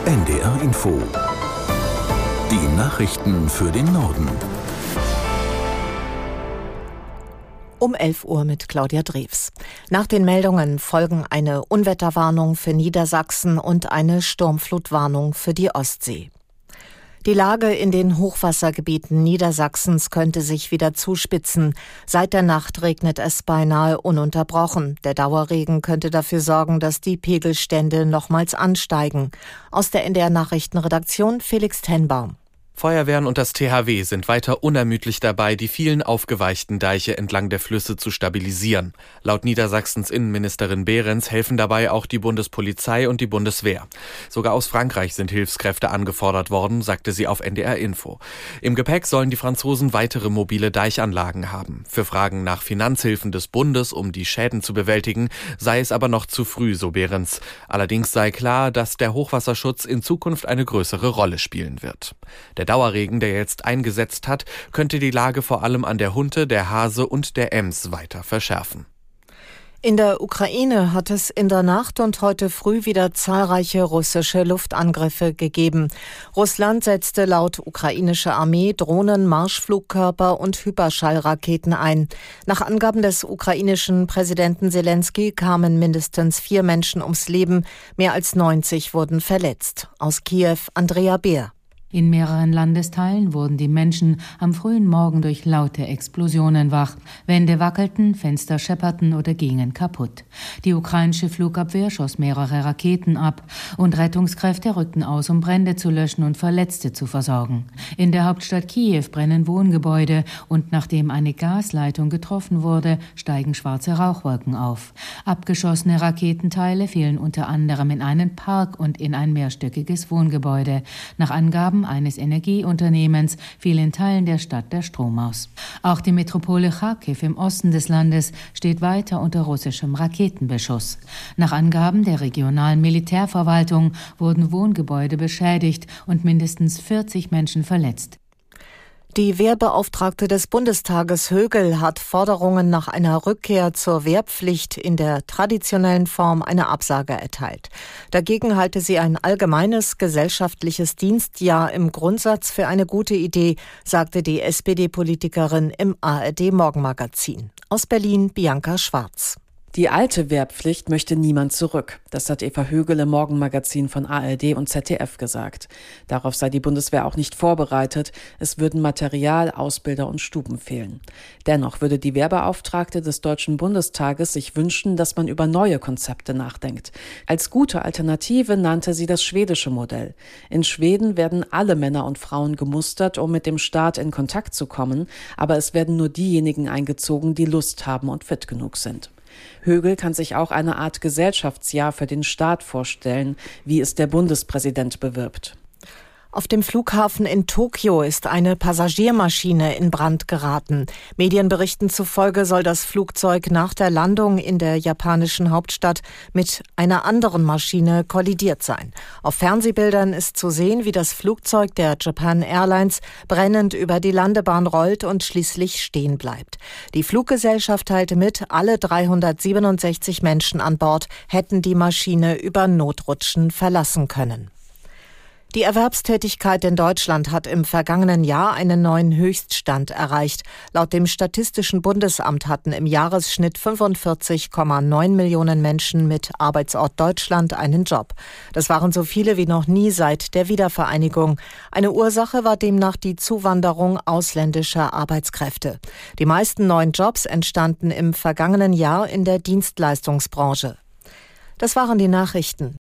NDR Info. Die Nachrichten für den Norden. Um 11 Uhr mit Claudia Drews. Nach den Meldungen folgen eine Unwetterwarnung für Niedersachsen und eine Sturmflutwarnung für die Ostsee. Die Lage in den Hochwassergebieten Niedersachsens könnte sich wieder zuspitzen. Seit der Nacht regnet es beinahe ununterbrochen. Der Dauerregen könnte dafür sorgen, dass die Pegelstände nochmals ansteigen. Aus der NDR Nachrichtenredaktion Felix Tenbaum. Feuerwehren und das THW sind weiter unermüdlich dabei, die vielen aufgeweichten Deiche entlang der Flüsse zu stabilisieren. Laut Niedersachsens Innenministerin Behrens helfen dabei auch die Bundespolizei und die Bundeswehr. Sogar aus Frankreich sind Hilfskräfte angefordert worden, sagte sie auf NDR Info. Im Gepäck sollen die Franzosen weitere mobile Deichanlagen haben. Für Fragen nach Finanzhilfen des Bundes, um die Schäden zu bewältigen, sei es aber noch zu früh, so Behrens. Allerdings sei klar, dass der Hochwasserschutz in Zukunft eine größere Rolle spielen wird. Der Dauerregen, der jetzt eingesetzt hat, könnte die Lage vor allem an der Hunte, der Hase und der Ems weiter verschärfen. In der Ukraine hat es in der Nacht und heute früh wieder zahlreiche russische Luftangriffe gegeben. Russland setzte laut ukrainischer Armee Drohnen, Marschflugkörper und Hyperschallraketen ein. Nach Angaben des ukrainischen Präsidenten Selenskyj kamen mindestens 4 Menschen ums Leben, mehr als 90 wurden verletzt. Aus Kiew Andrea Beer. In mehreren Landesteilen wurden die Menschen am frühen Morgen durch laute Explosionen wach. Wände wackelten, Fenster schepperten oder gingen kaputt. Die ukrainische Flugabwehr schoss mehrere Raketen ab und Rettungskräfte rückten aus, um Brände zu löschen und Verletzte zu versorgen. In der Hauptstadt Kiew brennen Wohngebäude und nachdem eine Gasleitung getroffen wurde, steigen schwarze Rauchwolken auf. Abgeschossene Raketenteile fielen unter anderem in einen Park und in ein mehrstöckiges Wohngebäude. Nach Angaben eines Energieunternehmens fiel in Teilen der Stadt der Strom aus. Auch die Metropole Charkiw im Osten des Landes steht weiter unter russischem Raketenbeschuss. Nach Angaben der regionalen Militärverwaltung wurden Wohngebäude beschädigt und mindestens 40 Menschen verletzt. Die Wehrbeauftragte des Bundestages Högel hat Forderungen nach einer Rückkehr zur Wehrpflicht in der traditionellen Form eine Absage erteilt. Dagegen halte sie ein allgemeines gesellschaftliches Dienstjahr im Grundsatz für eine gute Idee, sagte die SPD-Politikerin im ARD-Morgenmagazin. Aus Berlin Bianca Schwarz. Die alte Wehrpflicht möchte niemand zurück. Das hat Eva Högel im Morgenmagazin von ARD und ZDF gesagt. Darauf sei die Bundeswehr auch nicht vorbereitet. Es würden Material, Ausbilder und Stuben fehlen. Dennoch würde die Wehrbeauftragte des Deutschen Bundestages sich wünschen, dass man über neue Konzepte nachdenkt. Als gute Alternative nannte sie das schwedische Modell. In Schweden werden alle Männer und Frauen gemustert, um mit dem Staat in Kontakt zu kommen. Aber es werden nur diejenigen eingezogen, die Lust haben und fit genug sind. Högel kann sich auch eine Art Gesellschaftsjahr für den Staat vorstellen, wie es der Bundespräsident bewirbt. Auf dem Flughafen in Tokio ist eine Passagiermaschine in Brand geraten. Medienberichten zufolge soll das Flugzeug nach der Landung in der japanischen Hauptstadt mit einer anderen Maschine kollidiert sein. Auf Fernsehbildern ist zu sehen, wie das Flugzeug der Japan Airlines brennend über die Landebahn rollt und schließlich stehen bleibt. Die Fluggesellschaft teilte mit, alle 367 Menschen an Bord hätten die Maschine über Notrutschen verlassen können. Die Erwerbstätigkeit in Deutschland hat im vergangenen Jahr einen neuen Höchststand erreicht. Laut dem Statistischen Bundesamt hatten im Jahresschnitt 45,9 Millionen Menschen mit Arbeitsort Deutschland einen Job. Das waren so viele wie noch nie seit der Wiedervereinigung. Eine Ursache war demnach die Zuwanderung ausländischer Arbeitskräfte. Die meisten neuen Jobs entstanden im vergangenen Jahr in der Dienstleistungsbranche. Das waren die Nachrichten.